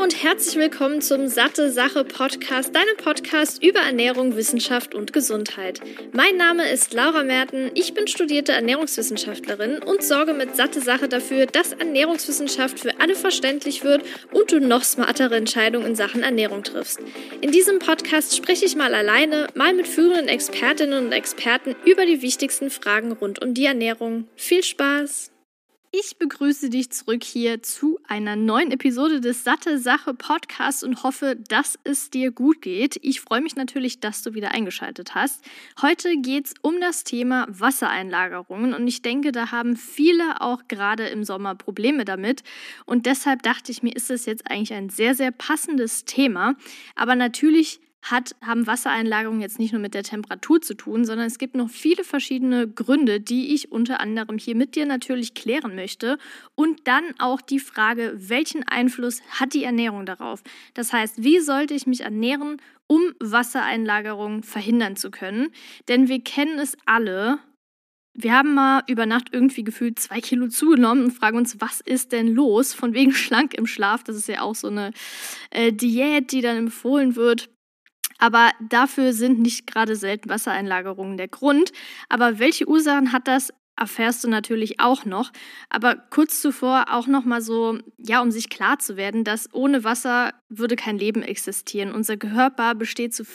und herzlich willkommen zum Satte Sache Podcast, deinem Podcast über Ernährung, Wissenschaft und Gesundheit. Mein Name ist Laura Merten, ich bin studierte Ernährungswissenschaftlerin und sorge mit Satte Sache dafür, dass Ernährungswissenschaft für alle verständlich wird und du noch smartere Entscheidungen in Sachen Ernährung triffst. In diesem Podcast spreche ich mal alleine, mal mit führenden Expertinnen und Experten über die wichtigsten Fragen rund um die Ernährung. Viel Spaß! Ich begrüße dich zurück hier zu einer neuen Episode des Satte Sache Podcasts und hoffe, dass es dir gut geht. Ich freue mich natürlich, dass du wieder eingeschaltet hast. Heute geht es um das Thema Wassereinlagerungen und ich denke, da haben viele auch gerade im Sommer Probleme damit und deshalb dachte ich mir, ist das jetzt eigentlich ein sehr, sehr passendes Thema. Aber natürlich haben Wassereinlagerungen jetzt nicht nur mit der Temperatur zu tun, sondern es gibt noch viele verschiedene Gründe, die ich unter anderem hier mit dir natürlich klären möchte. Und dann auch die Frage, welchen Einfluss hat die Ernährung darauf? Das heißt, wie sollte ich mich ernähren, um Wassereinlagerungen verhindern zu können? Denn wir kennen es alle. Wir haben mal über Nacht irgendwie gefühlt 2 Kilo zugenommen und fragen uns, was ist denn los? Von wegen schlank im Schlaf, das ist ja auch so eine Diät, die dann empfohlen wird. Aber dafür sind nicht gerade selten Wassereinlagerungen der Grund. Aber welche Ursachen hat das, erfährst du natürlich auch noch. Aber kurz zuvor auch noch mal so, ja, um sich klar zu werden, dass ohne Wasser würde kein Leben existieren. Unser Körper besteht zu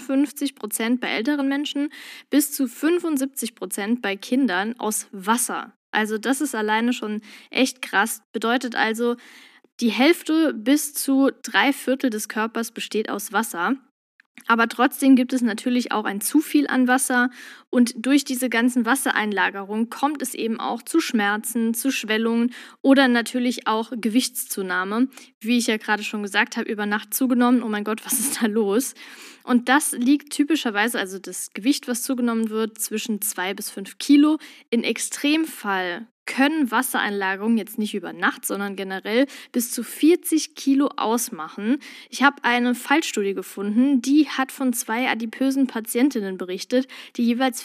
55% bei älteren Menschen bis zu 75% bei Kindern aus Wasser. Also das ist alleine schon echt krass. Bedeutet also, die Hälfte bis zu 3/4 des Körpers besteht aus Wasser. Aber trotzdem gibt es natürlich auch ein zu viel an Wasser und durch diese ganzen Wassereinlagerungen kommt es eben auch zu Schmerzen, zu Schwellungen oder natürlich auch Gewichtszunahme. Wie ich ja gerade schon gesagt habe, über Nacht zugenommen, oh mein Gott, was ist da los? Und das liegt typischerweise, also das Gewicht, was zugenommen wird, zwischen 2 bis 5 Kilo. In Extremfall können Wassereinlagerungen jetzt nicht über Nacht, sondern generell bis zu 40 Kilo ausmachen. Ich habe eine Fallstudie gefunden, die hat von 2 adipösen Patientinnen berichtet, die jeweils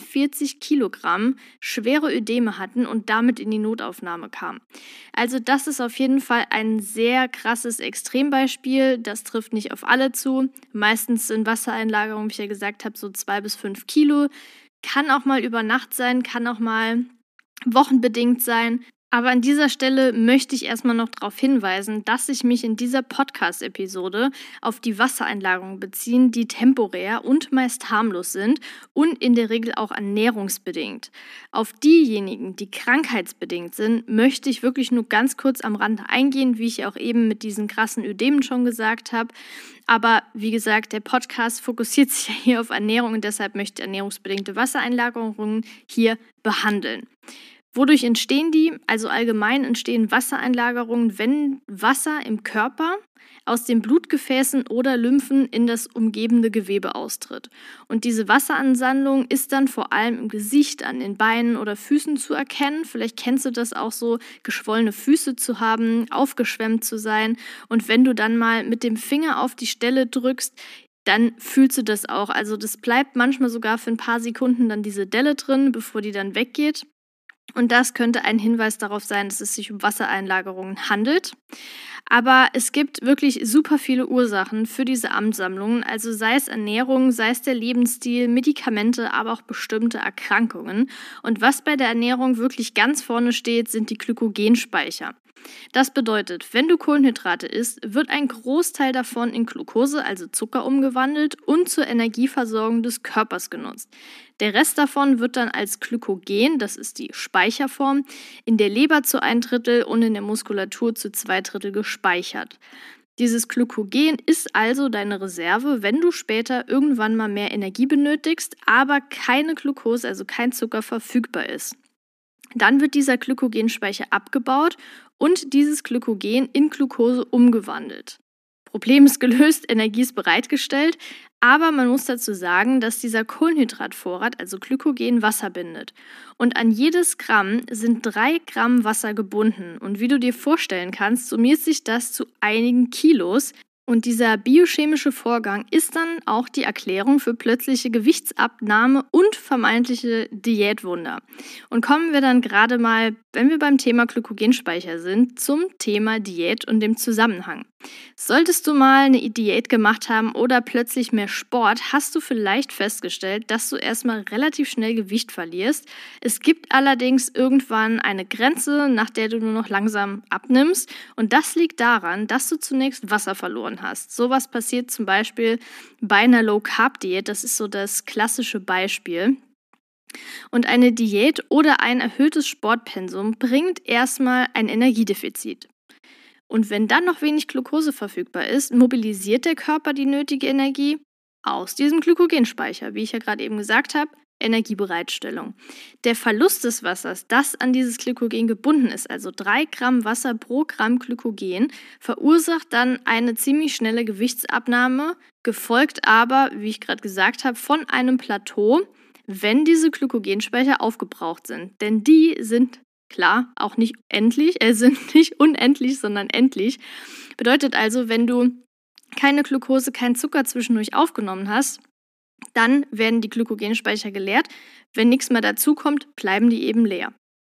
44 Kilogramm schwere Ödeme hatten und damit in die Notaufnahme kamen. Also das ist auf jeden Fall ein sehr krasses Extrembeispiel. Das trifft nicht auf alle zu. Meistens sind Wassereinlagerungen, wie ich ja gesagt habe, so 2 bis 5 Kilo. Kann auch mal über Nacht sein, kann auch mal wochenbedingt sein. Aber an dieser Stelle möchte ich erstmal noch darauf hinweisen, dass ich mich in dieser Podcast-Episode auf die Wassereinlagerungen beziehe, die temporär und meist harmlos sind und in der Regel auch ernährungsbedingt. Auf diejenigen, die krankheitsbedingt sind, möchte ich wirklich nur ganz kurz am Rand eingehen, wie ich auch eben mit diesen krassen Ödemen schon gesagt habe. Aber wie gesagt, der Podcast fokussiert sich ja hier auf Ernährung und deshalb möchte ich ernährungsbedingte Wassereinlagerungen hier behandeln. Wodurch entstehen die? Also allgemein entstehen Wassereinlagerungen, wenn Wasser im Körper aus den Blutgefäßen oder Lymphen in das umgebende Gewebe austritt. Und diese Wasseransammlung ist dann vor allem im Gesicht, an den Beinen oder Füßen zu erkennen. Vielleicht kennst du das auch so, geschwollene Füße zu haben, aufgeschwemmt zu sein. Und wenn du dann mal mit dem Finger auf die Stelle drückst, dann fühlst du das auch. Also das bleibt manchmal sogar für ein paar Sekunden dann diese Delle drin, bevor die dann weggeht. Und das könnte ein Hinweis darauf sein, dass es sich um Wassereinlagerungen handelt. Aber es gibt wirklich super viele Ursachen für diese Ansammlungen, also sei es Ernährung, sei es der Lebensstil, Medikamente, aber auch bestimmte Erkrankungen. Und was bei der Ernährung wirklich ganz vorne steht, sind die Glykogenspeicher. Das bedeutet, wenn du Kohlenhydrate isst, wird ein Großteil davon in Glucose, also Zucker, umgewandelt und zur Energieversorgung des Körpers genutzt. Der Rest davon wird dann als Glykogen, das ist die Speicherform, in der Leber zu 1/3 und in der Muskulatur zu 2/3 gespeichert. Dieses Glykogen ist also deine Reserve, wenn du später irgendwann mal mehr Energie benötigst, aber keine Glucose, also kein Zucker verfügbar ist. Dann wird dieser Glykogenspeicher abgebaut und dieses Glykogen in Glucose umgewandelt. Problem ist gelöst, Energie ist bereitgestellt, aber man muss dazu sagen, dass dieser Kohlenhydratvorrat, also Glykogen, Wasser bindet. Und an jedes Gramm sind 3 Gramm Wasser gebunden. Und wie du dir vorstellen kannst, summiert sich das zu einigen Kilos. Und dieser biochemische Vorgang ist dann auch die Erklärung für plötzliche Gewichtsabnahme und vermeintliche Diätwunder. Und kommen wir dann gerade mal, wenn wir beim Thema Glykogenspeicher sind, zum Thema Diät und dem Zusammenhang. Solltest du mal eine Diät gemacht haben oder plötzlich mehr Sport, hast du vielleicht festgestellt, dass du erstmal relativ schnell Gewicht verlierst. Es gibt allerdings irgendwann eine Grenze, nach der du nur noch langsam abnimmst. Und das liegt daran, dass du zunächst Wasser verloren hast. Sowas passiert zum Beispiel bei einer Low-Carb-Diät. Das ist so das klassische Beispiel. Und eine Diät oder ein erhöhtes Sportpensum bringt erstmal ein Energiedefizit. Und wenn dann noch wenig Glucose verfügbar ist, mobilisiert der Körper die nötige Energie aus diesem Glykogenspeicher, wie ich ja gerade eben gesagt habe, Energiebereitstellung. Der Verlust des Wassers, das an dieses Glykogen gebunden ist, also 3 Gramm Wasser pro Gramm Glykogen, verursacht dann eine ziemlich schnelle Gewichtsabnahme, gefolgt aber, wie ich gerade gesagt habe, von einem Plateau, wenn diese Glykogenspeicher aufgebraucht sind. Denn die sind klar, auch nicht endlich, sind nicht unendlich, sondern endlich. Bedeutet also, wenn du keine Glucose, keinen Zucker zwischendurch aufgenommen hast, dann werden die Glykogenspeicher geleert. Wenn nichts mehr dazukommt, bleiben die eben leer.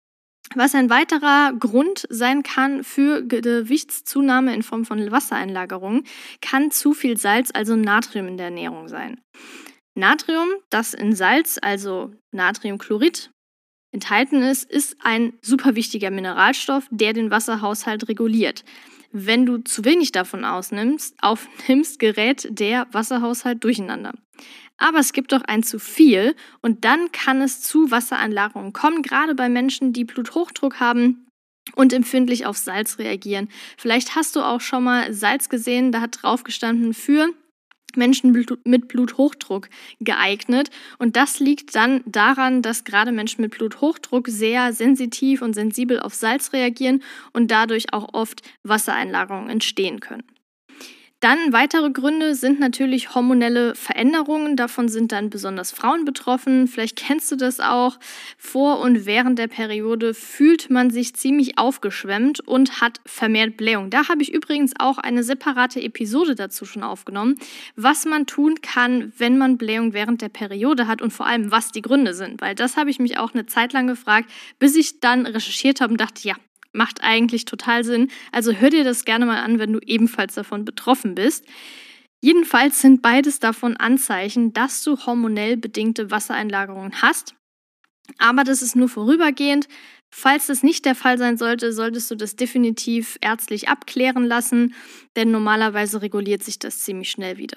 Was ein weiterer Grund sein kann für Gewichtszunahme in Form von Wassereinlagerungen, kann zu viel Salz, also Natrium in der Ernährung sein. Natrium, das in Salz, also Natriumchlorid, enthalten ist ein super wichtiger Mineralstoff, der den Wasserhaushalt reguliert. Wenn du zu wenig davon aufnimmst, gerät der Wasserhaushalt durcheinander. Aber es gibt auch ein zu viel und dann kann es zu Wassereinlagerungen kommen, gerade bei Menschen, die Bluthochdruck haben und empfindlich auf Salz reagieren. Vielleicht hast du auch schon mal Salz gesehen, da hat drauf gestanden für Menschen mit Bluthochdruck geeignet. Und das liegt dann daran, dass gerade Menschen mit Bluthochdruck sehr sensitiv und sensibel auf Salz reagieren und dadurch auch oft Wassereinlagerungen entstehen können. Dann weitere Gründe sind natürlich hormonelle Veränderungen. Davon sind dann besonders Frauen betroffen. Vielleicht kennst du das auch. Vor und während der Periode fühlt man sich ziemlich aufgeschwemmt und hat vermehrt Blähung. Da habe ich übrigens auch eine separate Episode dazu schon aufgenommen, was man tun kann, wenn man Blähung während der Periode hat und vor allem, was die Gründe sind. Weil das habe ich mich auch eine Zeit lang gefragt, bis ich dann recherchiert habe und dachte, ja, macht eigentlich total Sinn. Also hör dir das gerne mal an, wenn du ebenfalls davon betroffen bist. Jedenfalls sind beides davon Anzeichen, dass du hormonell bedingte Wassereinlagerungen hast. Aber das ist nur vorübergehend. Falls das nicht der Fall sein sollte, solltest du das definitiv ärztlich abklären lassen, denn normalerweise reguliert sich das ziemlich schnell wieder.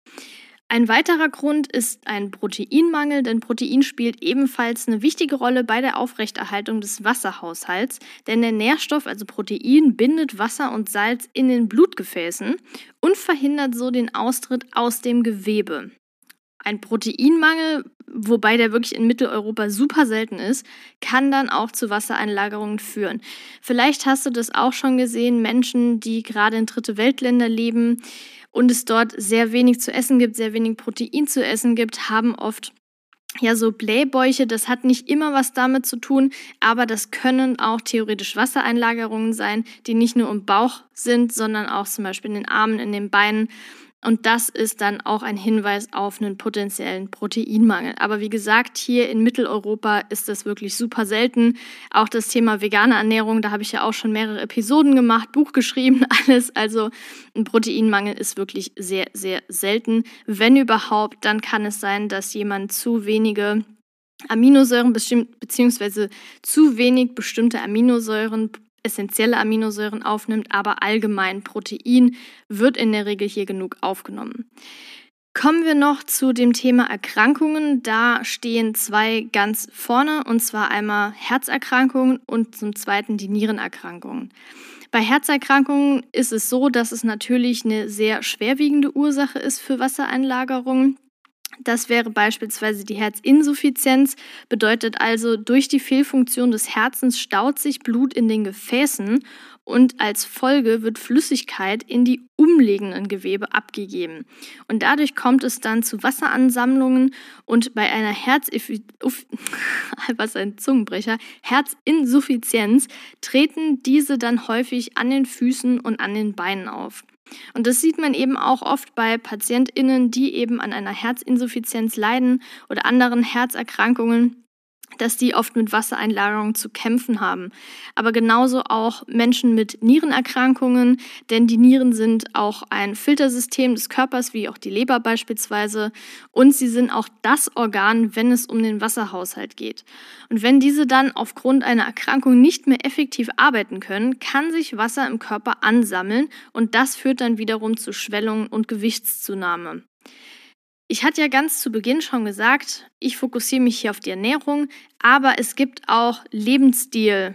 Ein weiterer Grund ist ein Proteinmangel, denn Protein spielt ebenfalls eine wichtige Rolle bei der Aufrechterhaltung des Wasserhaushalts, denn der Nährstoff, also Protein, bindet Wasser und Salz in den Blutgefäßen und verhindert so den Austritt aus dem Gewebe. Ein Proteinmangel, wobei der wirklich in Mitteleuropa super selten ist, kann dann auch zu Wassereinlagerungen führen. Vielleicht hast du das auch schon gesehen, Menschen, die gerade in Dritte Weltländer leben und es dort sehr wenig zu essen gibt, sehr wenig Protein zu essen gibt, haben oft so Blähbäuche. Das hat nicht immer was damit zu tun, aber das können auch theoretisch Wassereinlagerungen sein, die nicht nur im Bauch sind, sondern auch zum Beispiel in den Armen, in den Beinen. Und das ist dann auch ein Hinweis auf einen potenziellen Proteinmangel. Aber wie gesagt, hier in Mitteleuropa ist das wirklich super selten. Auch das Thema vegane Ernährung, da habe ich ja auch schon mehrere Episoden gemacht, Buch geschrieben, alles. Also ein Proteinmangel ist wirklich sehr, sehr selten. Wenn überhaupt, dann kann es sein, dass jemand zu wenige Aminosäuren beziehungsweise zu wenig bestimmte Aminosäuren, essentielle Aminosäuren aufnimmt, aber allgemein Protein wird in der Regel hier genug aufgenommen. Kommen wir noch zu dem Thema Erkrankungen. Da stehen 2 ganz vorne, und zwar einmal Herzerkrankungen und zum Zweiten die Nierenerkrankungen. Bei Herzerkrankungen ist es so, dass es natürlich eine sehr schwerwiegende Ursache ist für Wassereinlagerungen. Das wäre beispielsweise die Herzinsuffizienz, bedeutet also, durch die Fehlfunktion des Herzens staut sich Blut in den Gefäßen und als Folge wird Flüssigkeit in die umliegenden Gewebe abgegeben. Und dadurch kommt es dann zu Wasseransammlungen und bei einer Herzinsuffizienz treten diese dann häufig an den Füßen und an den Beinen auf. Und das sieht man eben auch oft bei PatientInnen, die eben an einer Herzinsuffizienz leiden oder anderen Herzerkrankungen. dass die oft mit Wassereinlagerungen zu kämpfen haben. Aber genauso auch Menschen mit Nierenerkrankungen, denn die Nieren sind auch ein Filtersystem des Körpers, wie auch die Leber beispielsweise. Und sie sind auch das Organ, wenn es um den Wasserhaushalt geht. Und wenn diese dann aufgrund einer Erkrankung nicht mehr effektiv arbeiten können, kann sich Wasser im Körper ansammeln und das führt dann wiederum zu Schwellungen und Gewichtszunahme. Ich hatte ja ganz zu Beginn schon gesagt, ich fokussiere mich hier auf die Ernährung, aber es gibt auch Lebensstil-Dinge,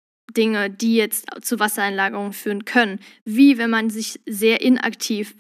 die jetzt zu Wassereinlagerungen führen können, wie wenn man sich sehr inaktiv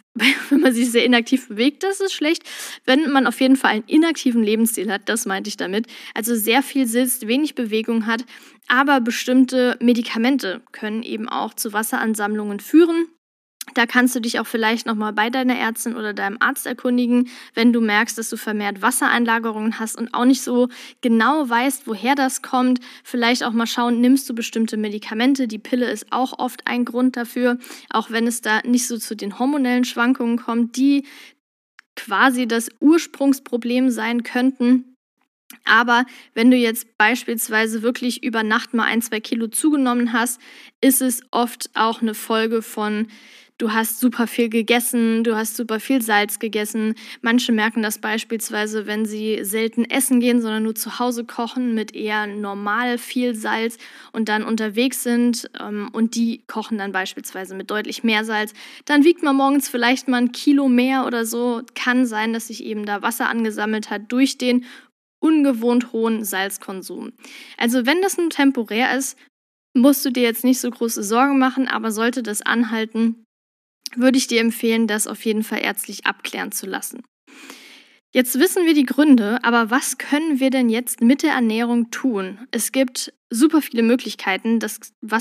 bewegt, das ist schlecht. Wenn man auf jeden Fall einen inaktiven Lebensstil hat, das meinte ich damit, also sehr viel sitzt, wenig Bewegung hat, aber bestimmte Medikamente können eben auch zu Wasseransammlungen führen. Da kannst du dich auch vielleicht nochmal bei deiner Ärztin oder deinem Arzt erkundigen, wenn du merkst, dass du vermehrt Wassereinlagerungen hast und auch nicht so genau weißt, woher das kommt. Vielleicht auch mal schauen, nimmst du bestimmte Medikamente? Die Pille ist auch oft ein Grund dafür, auch wenn es da nicht so zu den hormonellen Schwankungen kommt, die quasi das Ursprungsproblem sein könnten. Aber wenn du jetzt beispielsweise wirklich über Nacht mal 1-2 Kilo zugenommen hast, ist es oft auch eine Folge von: Du hast super viel gegessen, du hast super viel Salz gegessen. Manche merken das beispielsweise, wenn sie selten essen gehen, sondern nur zu Hause kochen mit eher normal viel Salz und dann unterwegs sind und die kochen dann beispielsweise mit deutlich mehr Salz. Dann wiegt man morgens vielleicht mal 1 Kilo mehr oder so. Kann sein, dass sich eben da Wasser angesammelt hat durch den ungewohnt hohen Salzkonsum. Also wenn das nur temporär ist, musst du dir jetzt nicht so große Sorgen machen, aber sollte das anhalten, würde ich dir empfehlen, das auf jeden Fall ärztlich abklären zu lassen. Jetzt wissen wir die Gründe, aber was können wir denn jetzt mit der Ernährung tun? Es gibt super viele Möglichkeiten, die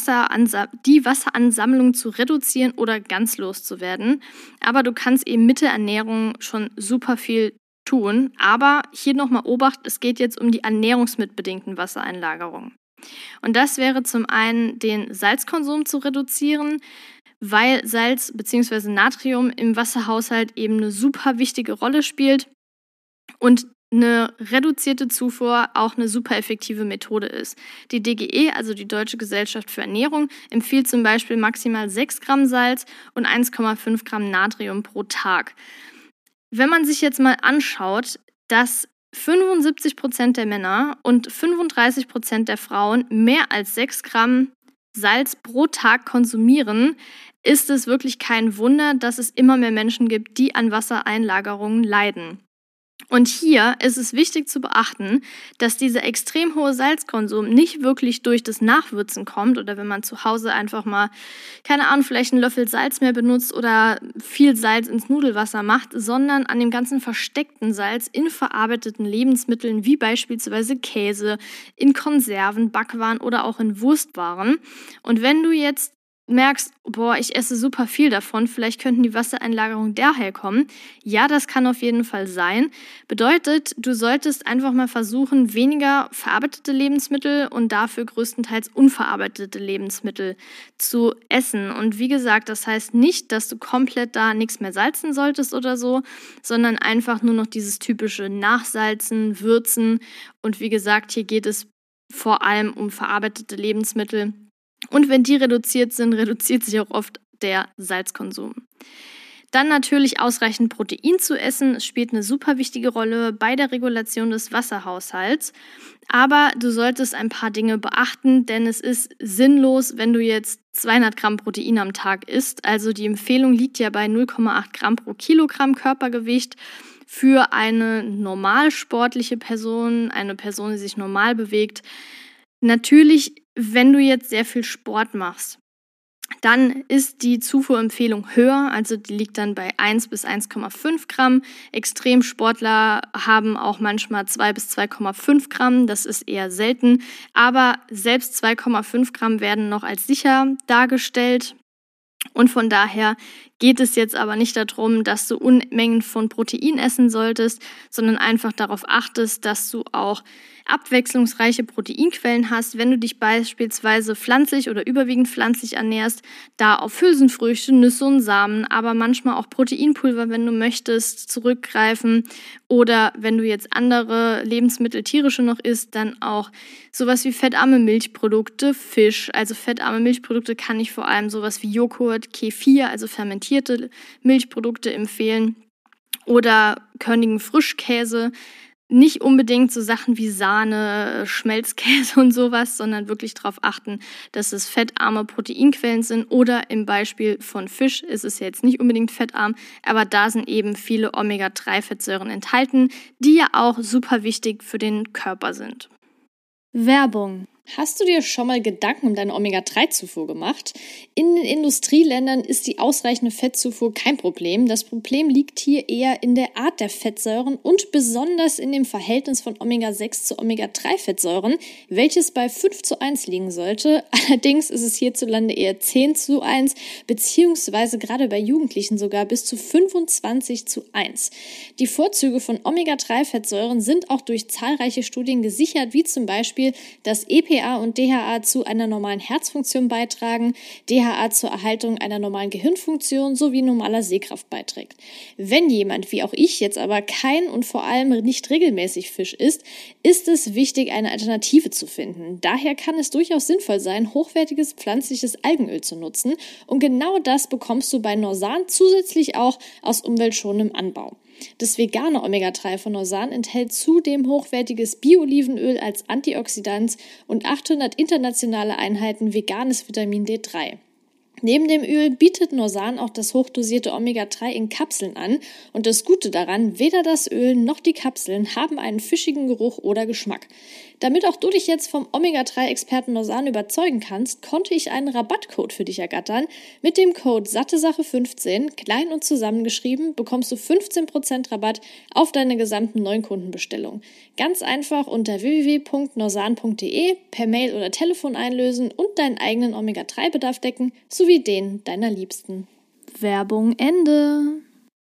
Wasseransammlung zu reduzieren oder ganz loszuwerden. Aber du kannst eben mit der Ernährung schon super viel tun. Aber hier nochmal Obacht, es geht jetzt um die ernährungsmitbedingten Wassereinlagerungen. Und das wäre zum einen, den Salzkonsum zu reduzieren, weil Salz bzw. Natrium im Wasserhaushalt eben eine super wichtige Rolle spielt und eine reduzierte Zufuhr auch eine super effektive Methode ist. Die DGE, also die Deutsche Gesellschaft für Ernährung, empfiehlt zum Beispiel maximal 6 Gramm Salz und 1,5 Gramm Natrium pro Tag. Wenn man sich jetzt mal anschaut, dass 75% der Männer und 35% der Frauen mehr als 6 Gramm Salz pro Tag konsumieren, ist es wirklich kein Wunder, dass es immer mehr Menschen gibt, die an Wassereinlagerungen leiden. Und hier ist es wichtig zu beachten, dass dieser extrem hohe Salzkonsum nicht wirklich durch das Nachwürzen kommt oder wenn man zu Hause einfach mal, keine Ahnung, vielleicht einen Löffel Salz mehr benutzt oder viel Salz ins Nudelwasser macht, sondern an dem ganzen versteckten Salz in verarbeiteten Lebensmitteln wie beispielsweise Käse, in Konserven, Backwaren oder auch in Wurstwaren. Und wenn du jetzt merkst, boah, ich esse super viel davon, vielleicht könnten die Wassereinlagerungen daher kommen. Ja, das kann auf jeden Fall sein. Bedeutet, du solltest einfach mal versuchen, weniger verarbeitete Lebensmittel und dafür größtenteils unverarbeitete Lebensmittel zu essen. Und wie gesagt, das heißt nicht, dass du komplett da nichts mehr salzen solltest oder so, sondern einfach nur noch dieses typische Nachsalzen, Würzen. Und wie gesagt, hier geht es vor allem um verarbeitete Lebensmittel. Und wenn die reduziert sind, reduziert sich auch oft der Salzkonsum. Dann natürlich ausreichend Protein zu essen. Es spielt eine super wichtige Rolle bei der Regulation des Wasserhaushalts. Aber du solltest ein paar Dinge beachten, denn es ist sinnlos, wenn du jetzt 200 Gramm Protein am Tag isst. Also die Empfehlung liegt ja bei 0,8 Gramm pro Kilogramm Körpergewicht. Für eine normal sportliche Person, eine Person, die sich normal bewegt. Natürlich, wenn du jetzt sehr viel Sport machst, dann ist die Zufuhrempfehlung höher, also die liegt dann bei 1 bis 1,5 Gramm. Extremsportler haben auch manchmal 2 bis 2,5 Gramm, das ist eher selten, aber selbst 2,5 Gramm werden noch als sicher dargestellt. Und von daher geht es jetzt aber nicht darum, dass du Unmengen von Protein essen solltest, sondern einfach darauf achtest, dass du auch abwechslungsreiche Proteinquellen hast. Wenn du dich beispielsweise pflanzlich oder überwiegend pflanzlich ernährst, da auf Hülsenfrüchte, Nüsse und Samen, aber manchmal auch Proteinpulver, wenn du möchtest, zurückgreifen. Oder wenn du jetzt andere Lebensmittel, tierische noch isst, dann auch sowas wie fettarme Milchprodukte, Fisch. Also fettarme Milchprodukte kann ich vor allem sowas wie Joghurt, Kefir, also fermentierte Milchprodukte empfehlen. Oder körnigen Frischkäse. Nicht unbedingt so Sachen wie Sahne, Schmelzkäse und sowas, sondern wirklich darauf achten, dass es fettarme Proteinquellen sind. Oder im Beispiel von Fisch ist es ja jetzt nicht unbedingt fettarm, aber da sind eben viele Omega-3-Fettsäuren enthalten, die ja auch super wichtig für den Körper sind. Werbung. Hast du dir schon mal Gedanken um deine Omega-3-Zufuhr gemacht? In den Industrieländern ist die ausreichende Fettzufuhr kein Problem. Das Problem liegt hier eher in der Art der Fettsäuren und besonders in dem Verhältnis von Omega-6 zu Omega-3-Fettsäuren, welches bei 5:1 liegen sollte. Allerdings ist es hierzulande eher 10:1, beziehungsweise gerade bei Jugendlichen sogar bis zu 25:1. Die Vorzüge von Omega-3-Fettsäuren sind auch durch zahlreiche Studien gesichert, wie zum Beispiel, dass EPA und DHA zu einer normalen Herzfunktion beitragen, DHA zur Erhaltung einer normalen Gehirnfunktion sowie normaler Sehkraft beiträgt. Wenn jemand, wie auch ich jetzt aber kein und vor allem nicht regelmäßig Fisch isst, ist es wichtig, eine Alternative zu finden. Daher kann es durchaus sinnvoll sein, hochwertiges pflanzliches Algenöl zu nutzen und genau das bekommst du bei Norsan zusätzlich auch aus umweltschonendem Anbau. Das vegane Omega-3 von Norsan enthält zudem hochwertiges Bio-Olivenöl als Antioxidant und 800 internationale Einheiten veganes Vitamin D3. Neben dem Öl bietet Norsan auch das hochdosierte Omega-3 in Kapseln an und das Gute daran, weder das Öl noch die Kapseln haben einen fischigen Geruch oder Geschmack. Damit auch du dich jetzt vom Omega-3-Experten Norsan überzeugen kannst, konnte ich einen Rabattcode für dich ergattern. Mit dem Code SatteSache15, klein und zusammengeschrieben, bekommst du 15% Rabatt auf deine gesamten Neukundenbestellung. Ganz einfach unter www.norsan.de per Mail oder Telefon einlösen und deinen eigenen Omega-3-Bedarf decken, sowie den deiner Liebsten. Werbung Ende.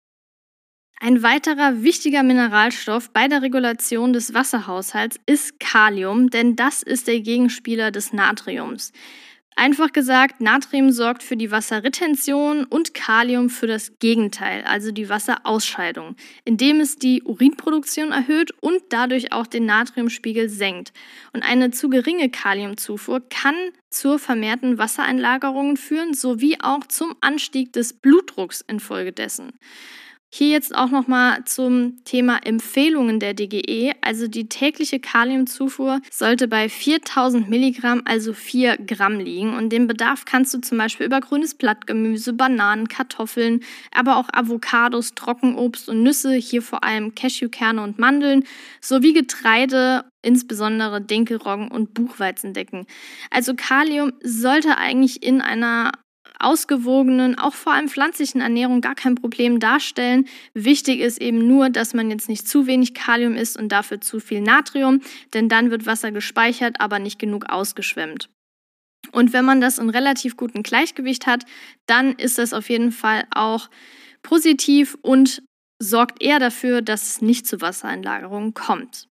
Ein weiterer wichtiger Mineralstoff bei der Regulation des Wasserhaushalts ist Kalium, denn das ist der Gegenspieler des Natriums. Einfach gesagt, Natrium sorgt für die Wasserretention und Kalium für das Gegenteil, also die Wasserausscheidung, indem es die Urinproduktion erhöht und dadurch auch den Natriumspiegel senkt. Und eine zu geringe Kaliumzufuhr kann zur vermehrten Wassereinlagerungen führen, sowie auch zum Anstieg des Blutdrucks infolgedessen. Hier jetzt auch nochmal zum Thema Empfehlungen der DGE. Also die tägliche Kaliumzufuhr sollte bei 4000 Milligramm, also 4 Gramm liegen. Und den Bedarf kannst du zum Beispiel über grünes Blattgemüse, Bananen, Kartoffeln, aber auch Avocados, Trockenobst und Nüsse, hier vor allem Cashewkerne und Mandeln, sowie Getreide, insbesondere Dinkelroggen und Buchweizen decken. Also Kalium sollte eigentlich in einer ausgewogenen, auch vor allem pflanzlichen Ernährung gar kein Problem darstellen. Wichtig ist eben nur, dass man jetzt nicht zu wenig Kalium isst und dafür zu viel Natrium, denn dann wird Wasser gespeichert, aber nicht genug ausgeschwemmt. Und wenn man das in relativ gutem Gleichgewicht hat, dann ist das auf jeden Fall auch positiv und sorgt eher dafür, dass es nicht zu Wassereinlagerungen kommt.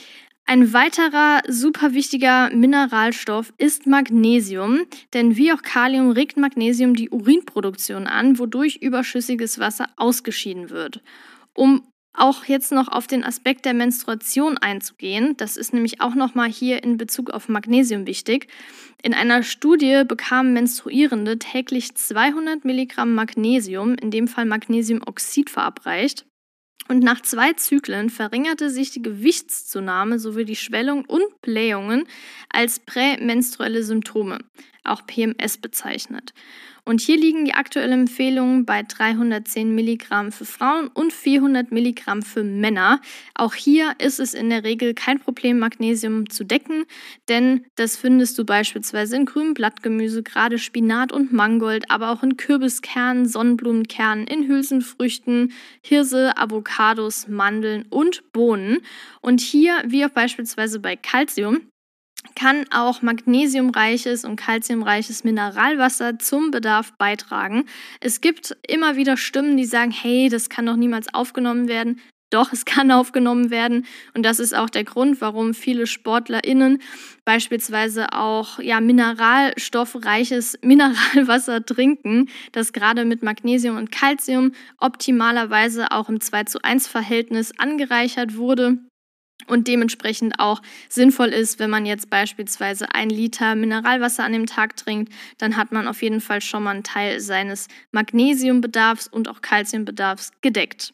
Ein weiterer super wichtiger Mineralstoff ist Magnesium, denn wie auch Kalium regt Magnesium die Urinproduktion an, wodurch überschüssiges Wasser ausgeschieden wird. Um auch jetzt noch auf den Aspekt der Menstruation einzugehen, das ist nämlich auch nochmal hier in Bezug auf Magnesium wichtig. In einer Studie bekamen Menstruierende täglich 200 Milligramm Magnesium, in dem Fall Magnesiumoxid, verabreicht. Und nach 2 Zyklen verringerte sich die Gewichtszunahme sowie die Schwellung und Blähungen als prämenstruelle Symptome, auch PMS bezeichnet. Und hier liegen die aktuellen Empfehlungen bei 310 Milligramm für Frauen und 400 Milligramm für Männer. Auch hier ist es in der Regel kein Problem, Magnesium zu decken, denn das findest du beispielsweise in grünem Blattgemüse, gerade Spinat und Mangold, aber auch in Kürbiskernen, Sonnenblumenkernen, in Hülsenfrüchten, Hirse, Avocados, Mandeln und Bohnen. Und hier, wie auch beispielsweise bei Calcium, kann auch magnesiumreiches und calciumreiches Mineralwasser zum Bedarf beitragen. Es gibt immer wieder Stimmen, die sagen, hey, das kann doch niemals aufgenommen werden. Doch, es kann aufgenommen werden und das ist auch der Grund, warum viele SportlerInnen beispielsweise auch mineralstoffreiches Mineralwasser trinken, das gerade mit Magnesium und Calcium optimalerweise auch im 2:1 Verhältnis angereichert wurde und dementsprechend auch sinnvoll ist, wenn man jetzt beispielsweise 1 Liter Mineralwasser an dem Tag trinkt, dann hat man auf jeden Fall schon mal einen Teil seines Magnesiumbedarfs und auch Calciumbedarfs gedeckt.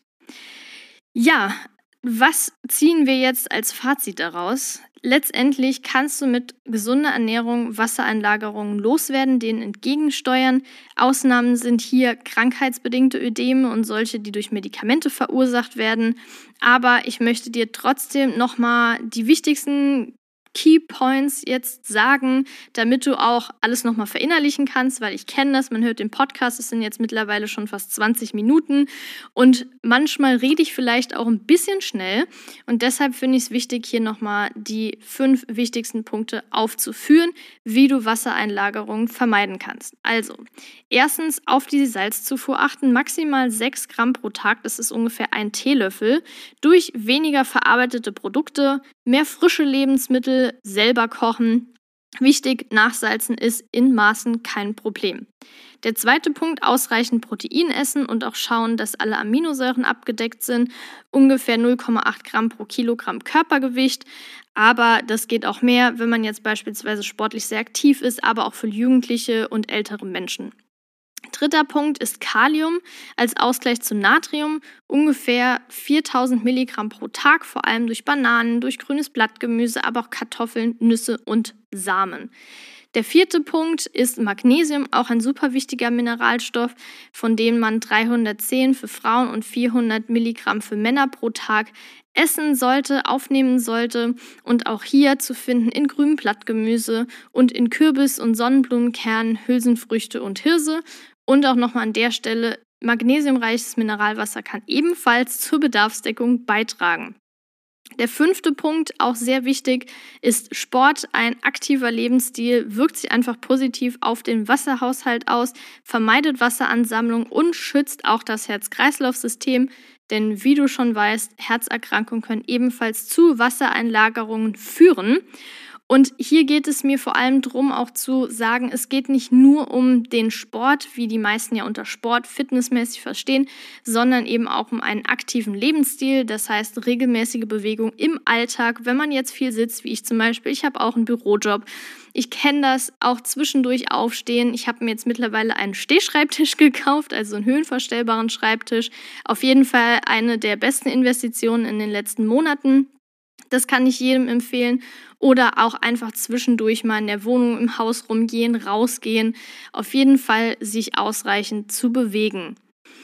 Ja, was ziehen wir jetzt als Fazit daraus? Letztendlich kannst du mit gesunder Ernährung Wassereinlagerungen loswerden, denen entgegensteuern. Ausnahmen sind hier krankheitsbedingte Ödeme und solche, die durch Medikamente verursacht werden. Aber ich möchte dir trotzdem nochmal die wichtigsten Key Points jetzt sagen, damit du auch alles nochmal verinnerlichen kannst, weil ich kenne das, man hört den Podcast, es sind jetzt mittlerweile schon fast 20 Minuten und manchmal rede ich vielleicht auch ein bisschen schnell und deshalb finde ich es wichtig, hier nochmal die 5 wichtigsten Punkte aufzuführen, wie du Wassereinlagerungen vermeiden kannst. Also, erstens auf die Salzzufuhr achten, maximal 6 Gramm pro Tag, das ist ungefähr 1 Teelöffel, durch weniger verarbeitete Produkte, mehr frische Lebensmittel, selber kochen. Wichtig, nachsalzen ist in Maßen kein Problem. Der zweite Punkt, ausreichend Protein essen und auch schauen, dass alle Aminosäuren abgedeckt sind. Ungefähr 0,8 Gramm pro Kilogramm Körpergewicht. Aber das geht auch mehr, wenn man jetzt beispielsweise sportlich sehr aktiv ist, aber auch für Jugendliche und ältere Menschen. Dritter Punkt ist Kalium als Ausgleich zu Natrium, ungefähr 4000 Milligramm pro Tag, vor allem durch Bananen, durch grünes Blattgemüse, aber auch Kartoffeln, Nüsse und Samen. Der vierte Punkt ist Magnesium, auch ein super wichtiger Mineralstoff, von dem man 310 für Frauen und 400 Milligramm für Männer pro Tag essen sollte, aufnehmen sollte und auch hier zu finden in grünem Blattgemüse und in Kürbis- und Sonnenblumenkernen, Hülsenfrüchte und Hirse. Und auch nochmal an der Stelle, magnesiumreiches Mineralwasser kann ebenfalls zur Bedarfsdeckung beitragen. Der 5. Punkt, auch sehr wichtig, ist Sport. Ein aktiver Lebensstil wirkt sich einfach positiv auf den Wasserhaushalt aus, vermeidet Wasseransammlung und schützt auch das Herz-Kreislauf-System. Denn wie du schon weißt, Herzerkrankungen können ebenfalls zu Wassereinlagerungen führen. Und hier geht es mir vor allem darum, auch zu sagen, es geht nicht nur um den Sport, wie die meisten ja unter Sport fitnessmäßig verstehen, sondern eben auch um einen aktiven Lebensstil, das heißt regelmäßige Bewegung im Alltag. Wenn man jetzt viel sitzt, wie ich zum Beispiel, ich habe auch einen Bürojob, ich kenne das, auch zwischendurch aufstehen. Ich habe mir jetzt mittlerweile einen Stehschreibtisch gekauft, also einen höhenverstellbaren Schreibtisch. Auf jeden Fall eine der besten Investitionen in den letzten Monaten. Das kann ich jedem empfehlen. Oder auch einfach zwischendurch mal in der Wohnung, im Haus rumgehen, rausgehen. Auf jeden Fall sich ausreichend zu bewegen.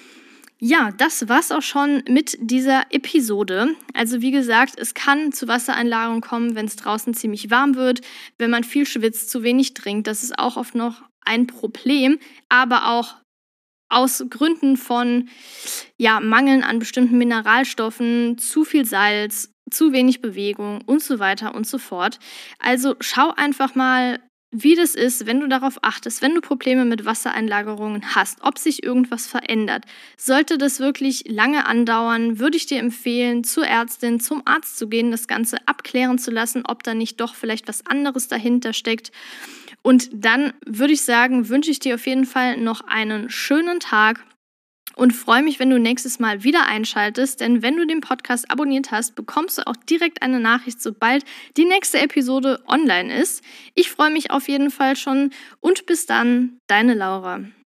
Ja, das war's auch schon mit dieser Episode. Also wie gesagt, es kann zu Wassereinlagerungen kommen, wenn es draußen ziemlich warm wird, wenn man viel schwitzt, zu wenig trinkt. Das ist auch oft noch ein Problem, aber auch aus Gründen von Mangeln an bestimmten Mineralstoffen, zu viel Salz, zu wenig Bewegung und so weiter und so fort. Also schau einfach mal, wie das ist, wenn du darauf achtest, wenn du Probleme mit Wassereinlagerungen hast, ob sich irgendwas verändert. Sollte das wirklich lange andauern, würde ich dir empfehlen, zur Ärztin, zum Arzt zu gehen, das Ganze abklären zu lassen, ob da nicht doch vielleicht was anderes dahinter steckt. Und dann würde ich sagen, wünsche ich dir auf jeden Fall noch einen schönen Tag. Und freue mich, wenn du nächstes Mal wieder einschaltest, denn wenn du den Podcast abonniert hast, bekommst du auch direkt eine Nachricht, sobald die nächste Episode online ist. Ich freue mich auf jeden Fall schon und bis dann, deine Laura.